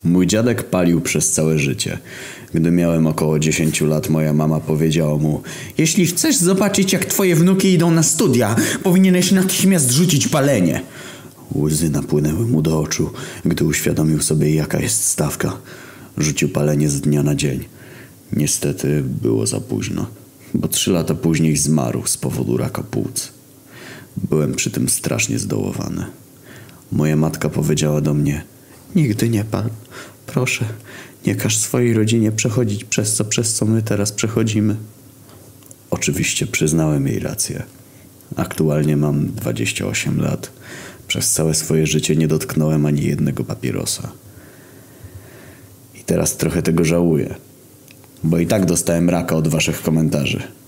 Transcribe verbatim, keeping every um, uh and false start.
Mój dziadek palił przez całe życie. Gdy miałem około dziesięciu lat, moja mama powiedziała mu: jeśli chcesz zobaczyć, jak twoje wnuki idą na studia, powinieneś natychmiast rzucić palenie. Łzy napłynęły mu do oczu, gdy uświadomił sobie, jaka jest stawka. Rzucił palenie z dnia na dzień. Niestety było za późno, bo trzy lata później zmarł z powodu raka płuc. Byłem przy tym strasznie zdołowany. Moja matka powiedziała do mnie: nigdy nie pal. Proszę, nie każ swojej rodzinie przechodzić przez co, przez co my teraz przechodzimy. Oczywiście przyznałem jej rację. Aktualnie mam dwadzieścia osiem lat. Przez całe swoje życie nie dotknąłem ani jednego papierosa. I teraz trochę tego żałuję, bo i tak dostałem raka od waszych komentarzy.